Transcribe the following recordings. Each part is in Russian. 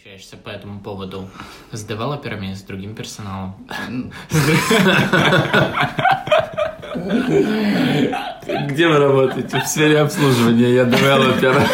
общаешься по этому поводу с девелоперами, с другим персоналом? Где вы работаете? В сфере обслуживания, я девелопер.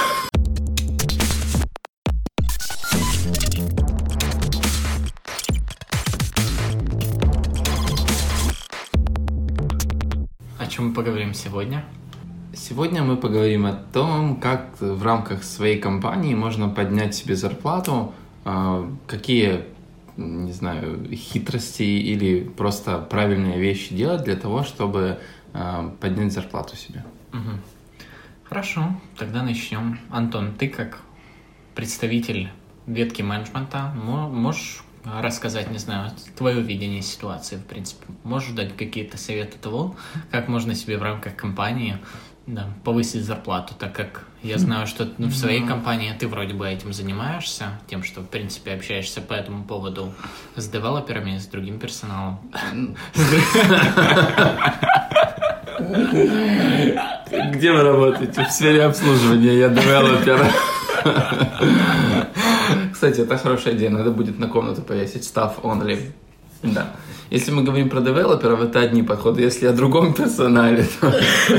О чем мы поговорим сегодня? Сегодня мы поговорим о том, как в рамках своей компании можно поднять себе зарплату, какие, не знаю, хитрости или просто правильные вещи делать для того, чтобы поднять зарплату себе. Угу. Хорошо, тогда начнем. Антон, ты как представитель ветки менеджмента можешь рассказать, не знаю, твое видение ситуации, в принципе. Можешь дать какие-то советы того, как можно себе в рамках компании повысить зарплату, так как я знаю, что в своей компании ты вроде бы этим занимаешься, тем, что, в принципе, общаешься по этому поводу с девелоперами, с другим персоналом. Где вы работаете? В сфере обслуживания, я девелопер. Кстати, это хорошая идея, надо будет на комнату повесить staff only. Да. Если мы говорим про девелоперов, это одни подходы. Если о другом персонале, то...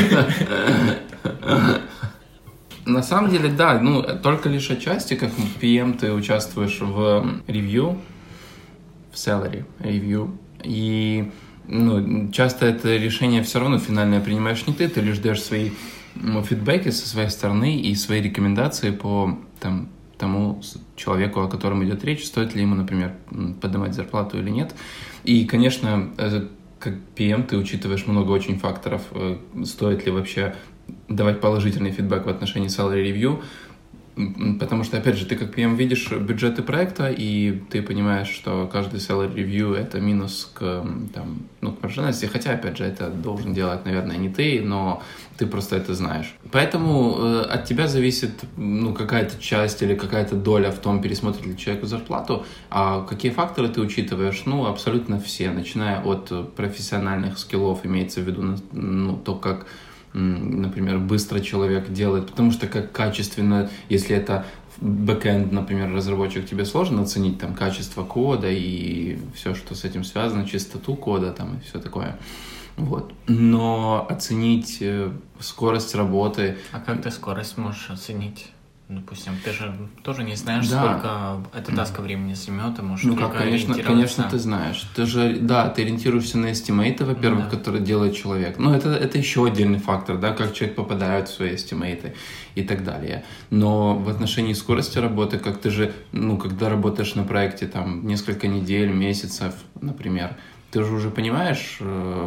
На самом деле, да, только лишь отчасти, как PM, ты участвуешь в ревью, в salary review, и часто это решение все равно финальное принимаешь не ты лишь даешь свои фидбэки со своей стороны и свои рекомендации по тому человеку, о котором идет речь, стоит ли ему, например, поднимать зарплату или нет. И, конечно, как PM ты учитываешь много очень факторов, стоит ли вообще давать положительный фидбэк в отношении salary review, потому что, опять же, ты как PM видишь бюджеты проекта, и ты понимаешь, что каждый salary review — это минус к маржинальности, хотя, опять же, это должен делать, наверное, не ты, но ты просто это знаешь. Поэтому от тебя зависит какая-то часть или какая-то доля в том, пересмотрит ли человек зарплату, а какие факторы ты учитываешь? Абсолютно все, начиная от профессиональных скиллов, имеется в виду то, как, например, быстро человек делает, потому что как качественно, если это бэкэнд, например, разработчик, тебе сложно оценить качество кода и все, что с этим связано, чистоту кода и все такое. Вот. Но оценить скорость работы... А как ты скорость можешь оценить? Допустим, ты же тоже не знаешь, сколько эта таска времени займет, и можешь конечно, ты знаешь. Ты ориентируешься на эстимейты, во-первых, которые делает человек. Это еще отдельный фактор, как человек попадает в свои эстимейты и так далее. Но в отношении скорости работы, как ты же, когда работаешь на проекте несколько недель, месяцев, например, ты же уже понимаешь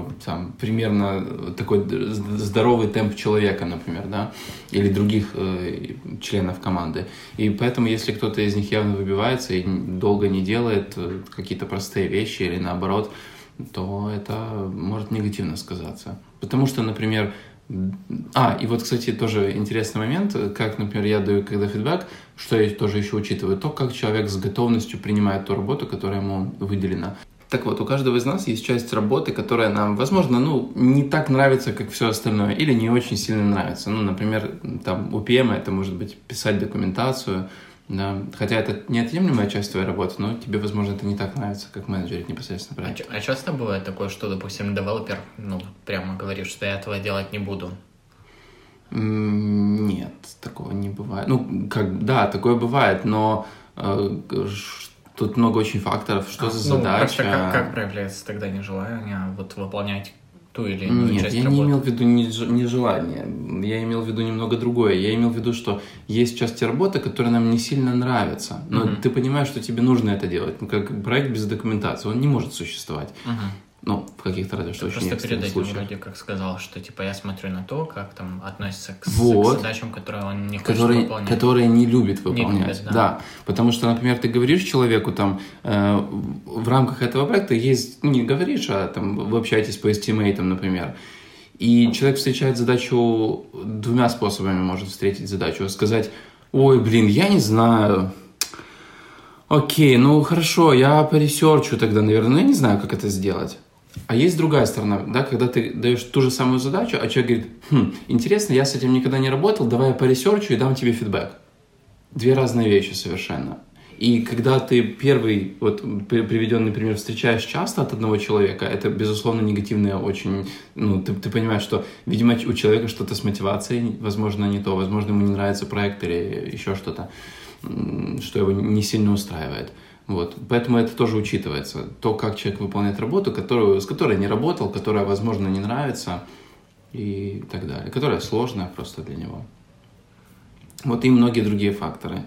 примерно такой здоровый темп человека, например, или других членов команды. И поэтому, если кто-то из них явно выбивается и долго не делает какие-то простые вещи или наоборот, то это может негативно сказаться. Потому что, например... и вот, кстати, тоже интересный момент, как, например, я даю когда фидбэк, что я тоже еще учитываю, то, как человек с готовностью принимает ту работу, которая ему выделена. Так вот, у каждого из нас есть часть работы, которая нам, возможно, не так нравится, как все остальное, или не очень сильно нравится. Например, у PM это может быть писать документацию, хотя это неотъемлемая часть твоей работы, но тебе, возможно, это не так нравится, как менеджерить непосредственно проект. А часто бывает такое, что, допустим, девелопер, прямо говорит, что я этого делать не буду? Нет, такого не бывает. Такое бывает, но... Тут много очень факторов, что за задача. Как проявляется тогда нежелание выполнять ту или иную часть работы? Нет, я не имел в виду нежелание, я имел в виду немного другое. Я имел в виду, что есть части работы, которые нам не сильно нравятся, но ты понимаешь, что тебе нужно это делать. Как проект без документации, он не может существовать. В каких-то разве что очень экстренных случаях. Просто перед этим вроде как сказал, что я смотрю на то, как относится к задачам, которые он не хочет выполнять. Которые не любит выполнять. Да. Потому что, например, ты говоришь человеку в рамках этого проекта есть, не говоришь, а вы общаетесь по эстимейтам, например, и человек встречает задачу двумя способами, может встретить задачу. Сказать: ой, я не знаю... Окей, хорошо, я поресерчу тогда, наверное, я не знаю, как это сделать. А есть другая сторона, когда ты даешь ту же самую задачу, а человек говорит: интересно, я с этим никогда не работал, давай я поресерчу и дам тебе фидбэк. Две разные вещи совершенно. И когда ты первый, вот приведенный пример, встречаешь часто от одного человека, это, безусловно, негативное очень... Ну, ты понимаешь, что, видимо, у человека что-то с мотивацией, возможно, не то, возможно, ему не нравится проект или еще что-то, что его не сильно устраивает. Вот. Поэтому это тоже учитывается. То, как человек выполняет работу, с которой не работал, которая, возможно, не нравится и так далее, которая сложная просто для него. Вот и многие другие факторы.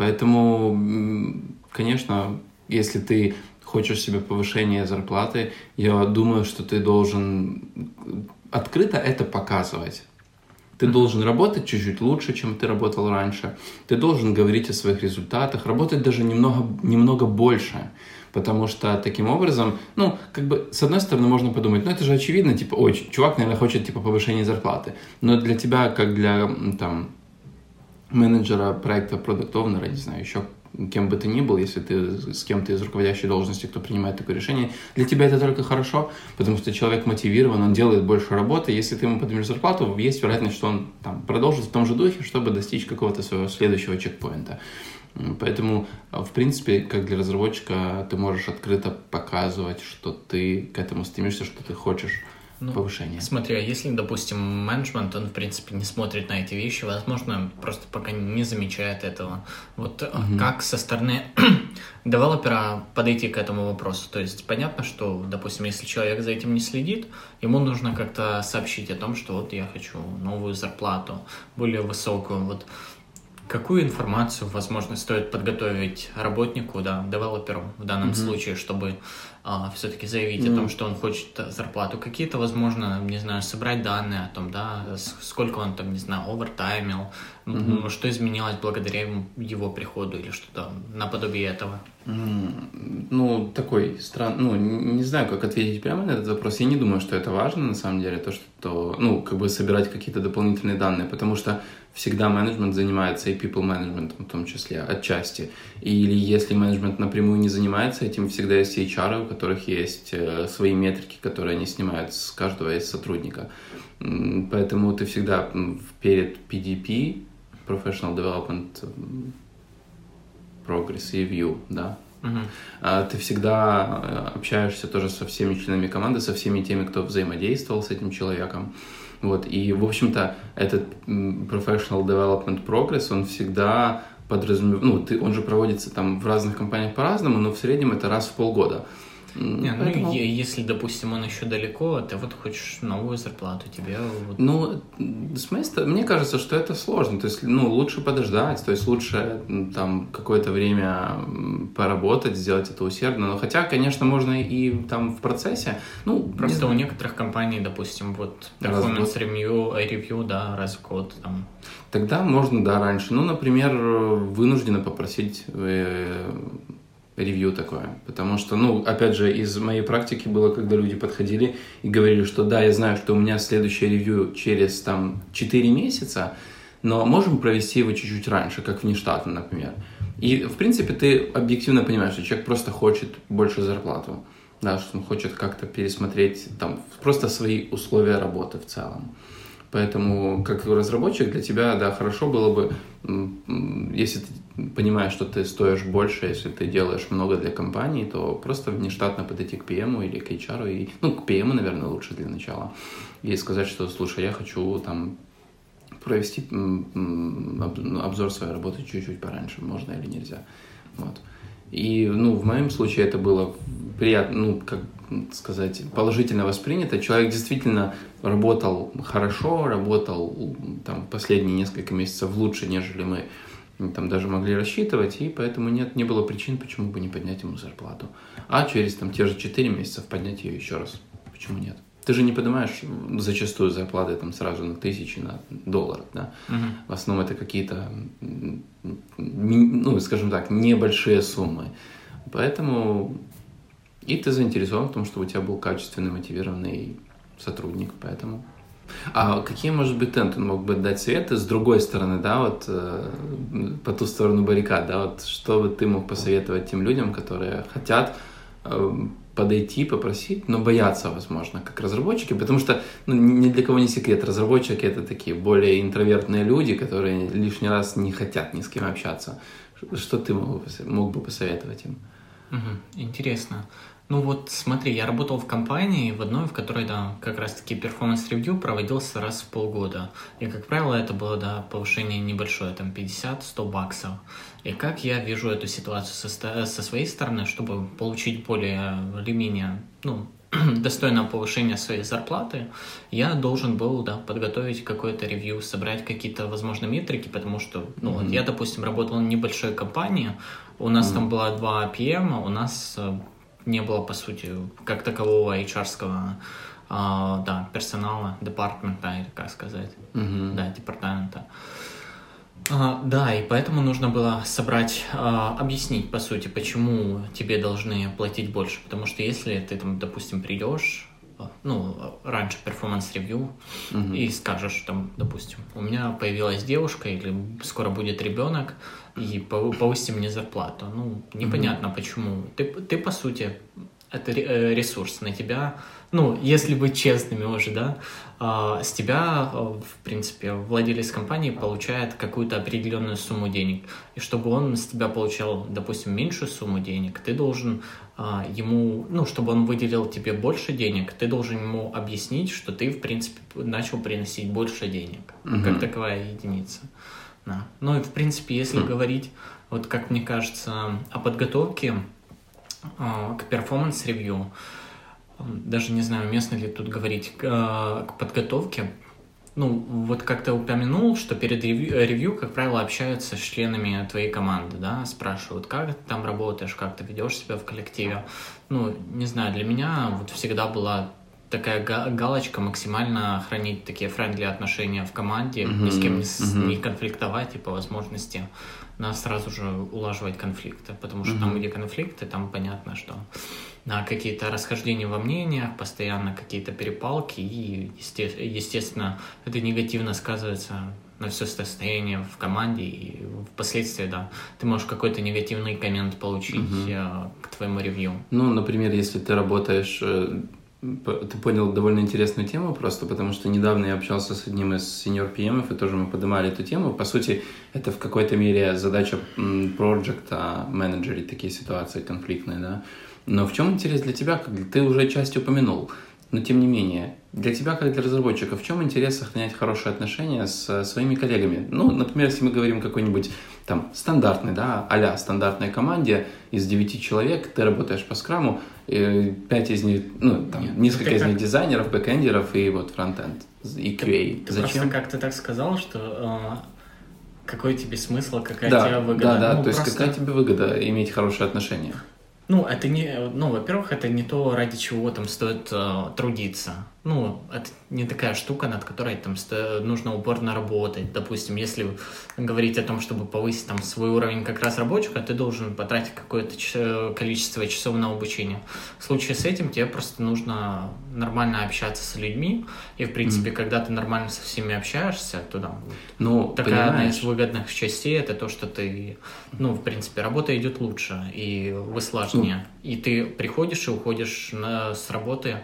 Поэтому, конечно, если ты хочешь себе повышения зарплаты, я думаю, что ты должен открыто это показывать. Ты должен работать чуть-чуть лучше, чем ты работал раньше. Ты должен говорить о своих результатах, работать даже немного больше. Потому что таким образом, ну, как бы, с одной стороны, можно подумать, ну, это же очевидно, типа, ой, чувак, наверное, хочет, типа, повышения зарплаты. Но для тебя, как для, там, менеджера проекта, продукт-овнера, не знаю, еще кем бы ты ни был, если ты с кем-то из руководящей должности, кто принимает такое решение, для тебя это только хорошо, потому что человек мотивирован, он делает больше работы, если ты ему поднимешь зарплату, есть вероятность, что он там продолжит в том же духе, чтобы достичь какого-то своего следующего чекпоинта. Поэтому, в принципе, как для разработчика, ты можешь открыто показывать, что ты к этому стремишься, что ты хочешь повышения. Смотри, а если, допустим, менеджмент, он, в принципе, не смотрит на эти вещи, возможно, просто пока не замечает этого. Вот как со стороны девелопера подойти к этому вопросу? То есть понятно, что, допустим, если человек за этим не следит, ему нужно как-то сообщить о том, что вот я хочу новую зарплату, более высокую. Вот какую информацию, возможно, стоит подготовить работнику, да, девелоперу в данном случае, чтобы все-таки заявить о том, что он хочет зарплату? Какие-то, возможно, не знаю, собрать данные о том, да, сколько он там, не знаю, овертаймил, что изменилось благодаря его приходу или что-то наподобие этого. Ну, такой странный, ну, не знаю, как ответить прямо на этот вопрос. Я не думаю, что это важно, на самом деле, ну, как бы собирать какие-то дополнительные данные, потому что всегда менеджмент занимается и people management в том числе, отчасти. Или если менеджмент напрямую не занимается этим, всегда есть HR, у которых есть свои метрики, которые они снимают с каждого из сотрудника. Поэтому ты всегда перед PDP, Professional Development Progress Review, да, ты всегда общаешься тоже со всеми членами команды, со всеми теми, кто взаимодействовал с этим человеком. Вот. И, в общем-то, этот Professional Development Progress, он всегда подразумевает, ну, он же проводится там в разных компаниях по-разному, но в среднем это раз в полгода. Поэтому... если, допустим, он еще далеко, ты вот хочешь новую зарплату, тебе... Ну, мне кажется, что это сложно, то есть, ну, лучше подождать, то есть лучше там какое-то время поработать, сделать это усердно, но хотя, конечно, можно и там в процессе, ну... Просто у некоторых компаний, допустим, вот performance review, да, раз в год, там... Тогда можно, да, раньше, ну, например, вынуждены попросить... ревью такое, потому что, ну, опять же, из моей практики было, когда люди подходили и говорили, что да, я знаю, что у меня следующее ревью через, там, 4 месяца, но можем провести его чуть-чуть раньше, как внештатно, например. И, в принципе, ты объективно понимаешь, что человек просто хочет больше зарплату, да, что он хочет как-то пересмотреть, там, просто свои условия работы в целом. Поэтому, как разработчик, для тебя, да, хорошо было бы, если ты понимаешь, что ты стоишь больше, если ты делаешь много для компании, то просто внештатно подойти к PM или к HR, и, ну, к PM, наверное, лучше для начала, и сказать, что, слушай, я хочу там провести обзор своей работы чуть-чуть пораньше, можно или нельзя. Вот. И, ну, в моем случае это было приятно, ну, как сказать, положительно воспринято. Человек действительно работал хорошо, работал там последние несколько месяцев лучше, нежели мы там даже могли рассчитывать, и поэтому не было причин, почему бы не поднять ему зарплату. А через там те же 4 месяца поднять ее еще раз. Почему нет? Ты же не поднимаешь зачастую зарплаты там сразу на $1000, на $1, да? В основном это какие-то, ну, скажем так, небольшие суммы. Поэтому и ты заинтересован в том, чтобы у тебя был качественный, мотивированный сотрудник, поэтому... А какие, может быть, он мог бы дать советы с другой стороны, да, вот по ту сторону баррикад, да, вот что бы ты мог посоветовать тем людям, которые хотят подойти, попросить, но боятся, возможно, как разработчики, потому что ни для кого не секрет, разработчики — это такие более интровертные люди, которые лишний раз не хотят ни с кем общаться. Что ты мог бы посоветовать им? Интересно. Ну вот смотри, я работал в компании в одной, в которой, да, как раз-таки перформанс-ревью проводился раз в полгода. И, как правило, это было, да, повышение небольшое, там 50-100 баксов. И как я вижу эту ситуацию со своей стороны, чтобы получить более или менее, достойное повышение своей зарплаты, я должен был, да, подготовить какое-то ревью, собрать какие-то, возможно, метрики, потому что, вот я, допустим, работал в небольшой компании, у нас там было 2 PM, у нас не было, по сути, как такового HR-ского персонала, департамента, или как сказать, департамента. Да, и поэтому нужно было собрать, объяснить, по сути, почему тебе должны платить больше. Потому что если ты, там, допустим, придешь, раньше перформанс-ревью, и скажешь, там, допустим, у меня появилась девушка или скоро будет ребенок, и повысьте мне зарплату. Непонятно почему. Ты, по сути, это ресурс на тебя. Если быть честными уже, да, с тебя, в принципе, владелец компании получает какую-то определенную сумму денег. И чтобы он с тебя получал, допустим, меньшую сумму денег, ты должен ему, чтобы он выделил тебе больше денег, ты должен ему объяснить, что ты, в принципе, начал приносить больше денег, как таковая единица. Да. И, в принципе, если говорить, вот как мне кажется, о подготовке к перформанс-ревью, даже не знаю, уместно ли тут говорить к подготовке. Вот как ты упомянул, что перед ревью, как правило, общаются с членами твоей команды, да, спрашивают, как ты там работаешь, как ты ведешь себя в коллективе. Не знаю, для меня вот всегда была такая галочка максимально хранить такие френдли отношения в команде, ни с кем не конфликтовать и по возможности сразу же улаживать конфликты, потому что там, где конфликты, там понятно, что какие-то расхождения во мнениях, постоянно какие-то перепалки, и, естественно, это негативно сказывается на все состояние в команде, и впоследствии, да, ты можешь какой-то негативный коммент получить к твоему ревью. Например, если ты работаешь... Ты понял довольно интересную тему просто, потому что недавно я общался с одним из senior PM-ов, и тоже мы поднимали эту тему. По сути, это в какой-то мере задача проекта менеджерить такие ситуации конфликтные, да. Но в чем интерес для тебя, как ты уже частью упомянул, но тем не менее, для тебя, как для разработчика, в чем интерес сохранять хорошие отношения с своими коллегами? Например, если мы говорим о какой-нибудь там стандартной, да, а-ля стандартной команде из 9 человек, ты работаешь по скраму, 5 из них, несколько из них дизайнеров, бэкэндеров и вот фронтенд, и QA. Ты просто как-то так сказал, что какой тебе смысл, какая тебе выгода? Да, то есть какая тебе выгода иметь хорошие отношения? Это не, во-первых, это не то, ради чего там стоит трудиться. Это не такая штука, над которой там нужно упорно работать. Допустим, если говорить о том, чтобы повысить там свой уровень как разработчика, ты должен потратить какое-то количество часов на обучение. В случае с этим тебе просто нужно нормально общаться с людьми, и, в принципе, когда ты нормально со всеми общаешься, то да, такая одна из выгодных частей — это то, что ты, в принципе, работа идет лучше и вы слаженнее. И ты приходишь и уходишь с работы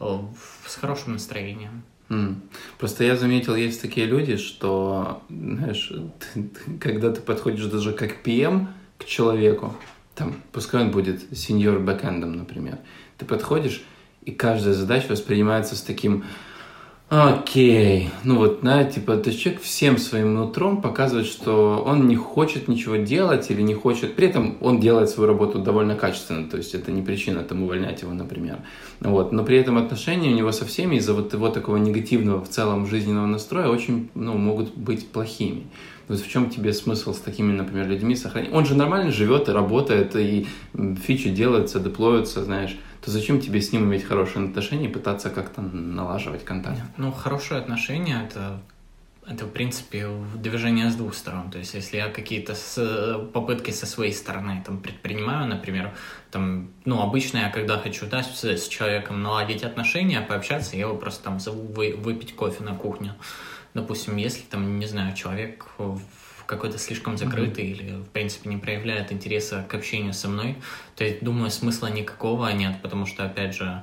с хорошим настроением. Просто я заметил, есть такие люди, что, знаешь, когда ты подходишь даже как PM к человеку, там, пускай он будет senior бэкэндом, например, ты подходишь, и каждая задача воспринимается с таким: окей, то есть человек всем своим нутром показывает, что он не хочет ничего делать или не хочет, при этом он делает свою работу довольно качественно, то есть это не причина там увольнять его, например. Но при этом отношения у него со всеми из-за вот его такого негативного в целом жизненного настроя очень, могут быть плохими. Вот в чем тебе смысл с такими, например, людьми сохранить? Он же нормально живет и работает, и фичи делаются, деплоятся, знаешь. То зачем тебе с ним иметь хорошие отношения и пытаться как-то налаживать контакт? Хорошие отношения это, в принципе, движение с двух сторон. То есть, если я какие-то попытки со своей стороны там предпринимаю, например, там, обычно я когда хочу, да, с человеком наладить отношения, пообщаться, я его просто там зову выпить кофе на кухню. Допустим, если там, не знаю, человек какой-то слишком закрытый или, в принципе, не проявляет интереса к общению со мной, то я думаю, смысла никакого нет, потому что, опять же,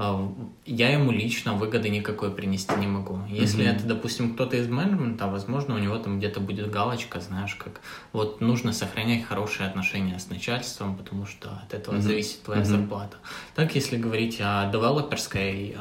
я ему лично выгоды никакой принести не могу. Если это, допустим, кто-то из менеджмента, возможно, у него там где-то будет галочка, знаешь, как вот нужно сохранять хорошие отношения с начальством, потому что от этого зависит твоя зарплата. Так, если говорить о девелоперской,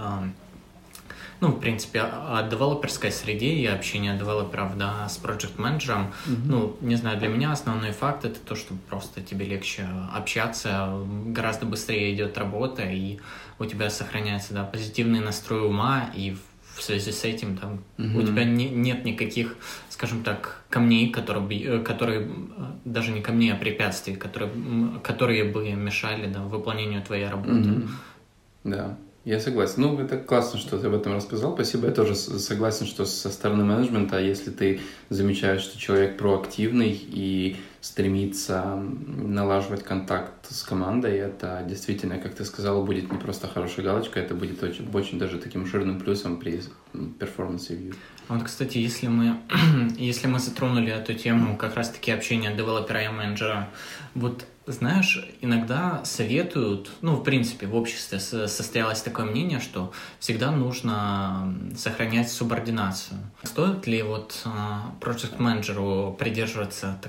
в принципе, о девелоперской среде и общении девелоперов, да, с проект-менеджером, не знаю, для меня основной факт — это то, что просто тебе легче общаться, гораздо быстрее идет работа, и у тебя сохраняется, да, позитивный настрой ума, и в связи с этим там у тебя нет никаких, скажем так, камней, которые даже не камней, а препятствий, которые бы мешали, да, выполнению твоей работы. Да. Я согласен. Это классно, что ты об этом рассказал. Спасибо. Я тоже согласен, что со стороны менеджмента, если ты замечаешь, что человек проактивный и стремится налаживать контакт с командой, это действительно, как ты сказал, будет не просто хорошая галочка, это будет очень даже таким жирным плюсом при перформанс-ревью. Вот, кстати, если мы затронули эту тему как раз-таки общения девелопера и менеджера, вот знаешь, иногда советуют, в принципе, в обществе состоялось такое мнение, что всегда нужно сохранять субординацию. Стоит ли проект-менеджеру придерживаться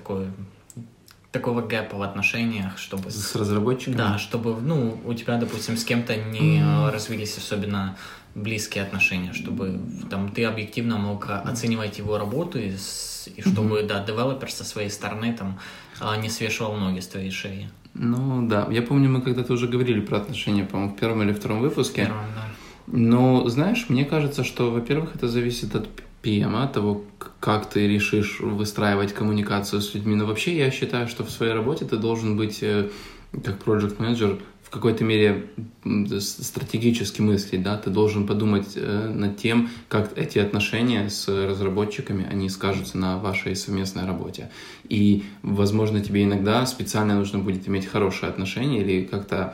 такого гэпа в отношениях, чтобы... С разработчиками? Да, чтобы, у тебя, допустим, с кем-то не развились особенно близкие отношения, чтобы там ты объективно мог оценивать его работу и чтобы, да, девелопер со своей стороны там не свешивал ноги с твоей шеи. Да, я помню, мы когда-то уже говорили про отношения, по-моему, в первом или втором выпуске. В первом, да. Но, знаешь, мне кажется, что, во-первых, это зависит от PM, того, как ты решишь выстраивать коммуникацию с людьми. Но вообще я считаю, что в своей работе ты должен быть, как проект-менеджер, в какой-то мере стратегически мыслить, да, ты должен подумать над тем, как эти отношения с разработчиками, они скажутся на вашей совместной работе. И, возможно, тебе иногда специально нужно будет иметь хорошие отношения или как-то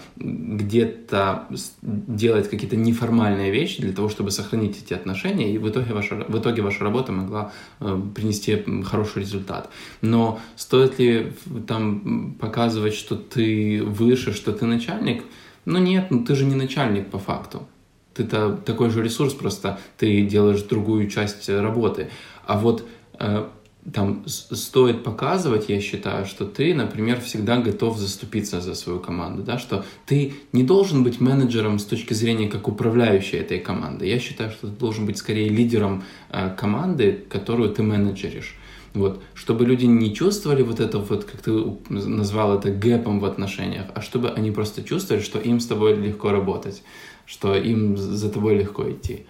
где-то делать какие-то неформальные вещи для того, чтобы сохранить эти отношения, и в итоге ваша работа могла принести хороший результат. Но стоит ли там показывать, что ты выше, что ты начальник? Нет, ты же не начальник по факту. Ты-то такой же ресурс, просто ты делаешь другую часть работы. А вот там стоит показывать, я считаю, что ты, например, всегда готов заступиться за свою команду, да, что ты не должен быть менеджером с точки зрения как управляющий этой командой. Я считаю, что ты должен быть скорее лидером команды, которую ты менеджеришь. Чтобы люди не чувствовали как ты назвал это, гэпом в отношениях, а чтобы они просто чувствовали, что им с тобой легко работать, что им за тобой легко идти.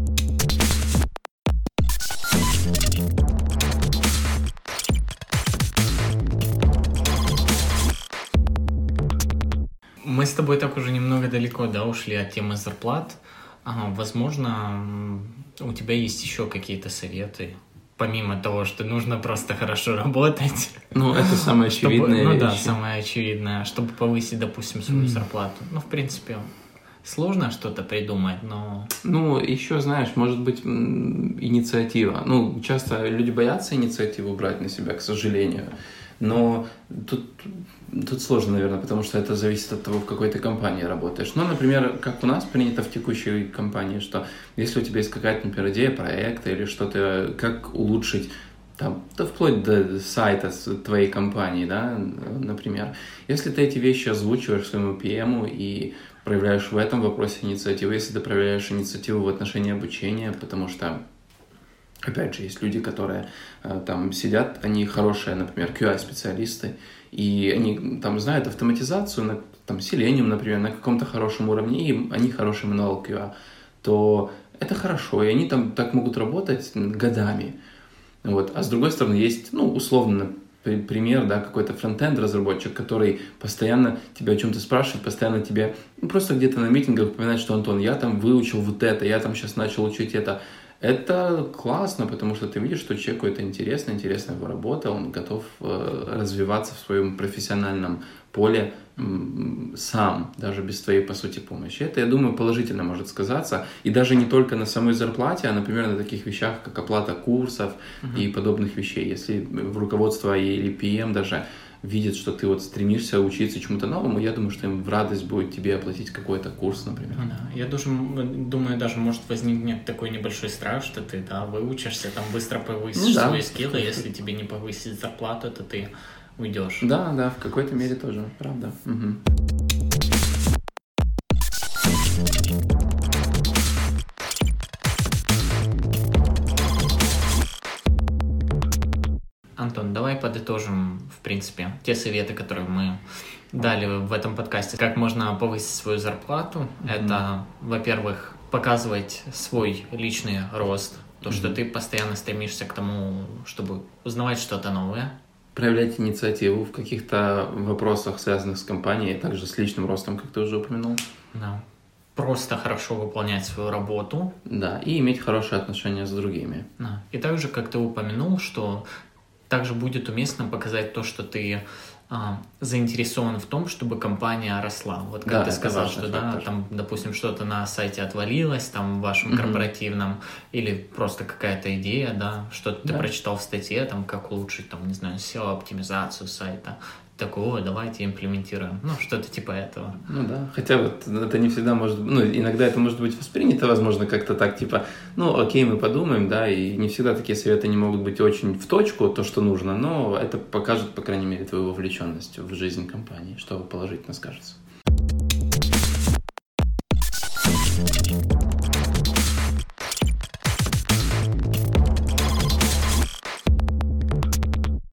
Мы с тобой так уже немного далеко, да, ушли от темы зарплат. Возможно, у тебя есть еще какие-то советы, помимо того, что нужно просто хорошо работать. Это самое очевидное. Да, самое очевидное, чтобы повысить, допустим, свою зарплату. В принципе, сложно что-то придумать, но... еще, знаешь, может быть, инициатива. Часто люди боятся инициативу брать на себя, к сожалению. Но тут сложно, наверное, потому что это зависит от того, в какой ты компании работаешь. Например, как у нас принято в текущей компании, что если у тебя есть какая-то, например, идея проекта или что-то, как улучшить, вплоть до сайта твоей компании, да, например. Если ты эти вещи озвучиваешь своему PM и проявляешь в этом вопросе инициативу, если ты проявляешь инициативу в отношении обучения, потому что опять же, есть люди, которые там сидят, они хорошие, например, QA-специалисты, и они там знают автоматизацию, Selenium, например, на каком-то хорошем уровне, и они хороший мануал QA, то это хорошо, и они там так могут работать годами. А с другой стороны, есть, условно, пример, да, какой-то фронтенд разработчик, который постоянно тебя о чем-то спрашивает, постоянно тебе просто где-то на митингах упоминает, что Антон, я там выучил вот это, я там сейчас начал учить это. Это классно, потому что ты видишь, что человеку это интересно, интересная его работа, он готов развиваться в своем профессиональном поле сам, даже без твоей, по сути, помощи. Это, я думаю, положительно может сказаться. И даже не только на самой зарплате, а, например, на таких вещах, как оплата курсов и подобных вещей. Если в руководство или PM даже видит, что ты вот стремишься учиться чему-то новому, я думаю, что им в радость будет тебе оплатить какой-то курс, например. Да. Я думаю, даже может возникнуть такой небольшой страх, что ты, выучишься, там быстро повысишь свои скиллы, если тебе не повысить зарплату, то ты уйдешь. Да, в какой-то мере тоже, правда. Антон, давай подытожим, в принципе, те советы, которые мы дали в этом подкасте. Как можно повысить свою зарплату? Это, во-первых, показывать свой личный рост, то, что ты постоянно стремишься к тому, чтобы узнавать что-то новое. Проявлять инициативу в каких-то вопросах, связанных с компанией, а также с личным ростом, как ты уже упомянул. Да. Просто хорошо выполнять свою работу. Да, и иметь хорошие отношения с другими. Да. И также, как ты упомянул, что также будет уместно показать то, что ты заинтересован в том, чтобы компания росла. Вот как ты сказал, что там, допустим, что-то на сайте отвалилось, там в вашем корпоративном, или просто какая-то идея, что-то ты прочитал в статье, там, как улучшить, там, не знаю, SEO-оптимизацию сайта. Такого давайте имплементируем. Что-то типа этого. Да. Хотя вот это не всегда может... иногда это может быть воспринято, возможно, как-то так, типа, окей, мы подумаем, и не всегда такие советы не могут быть очень в точку, то, что нужно, но это покажет, по крайней мере, твою вовлеченность в жизнь компании, что положительно скажется.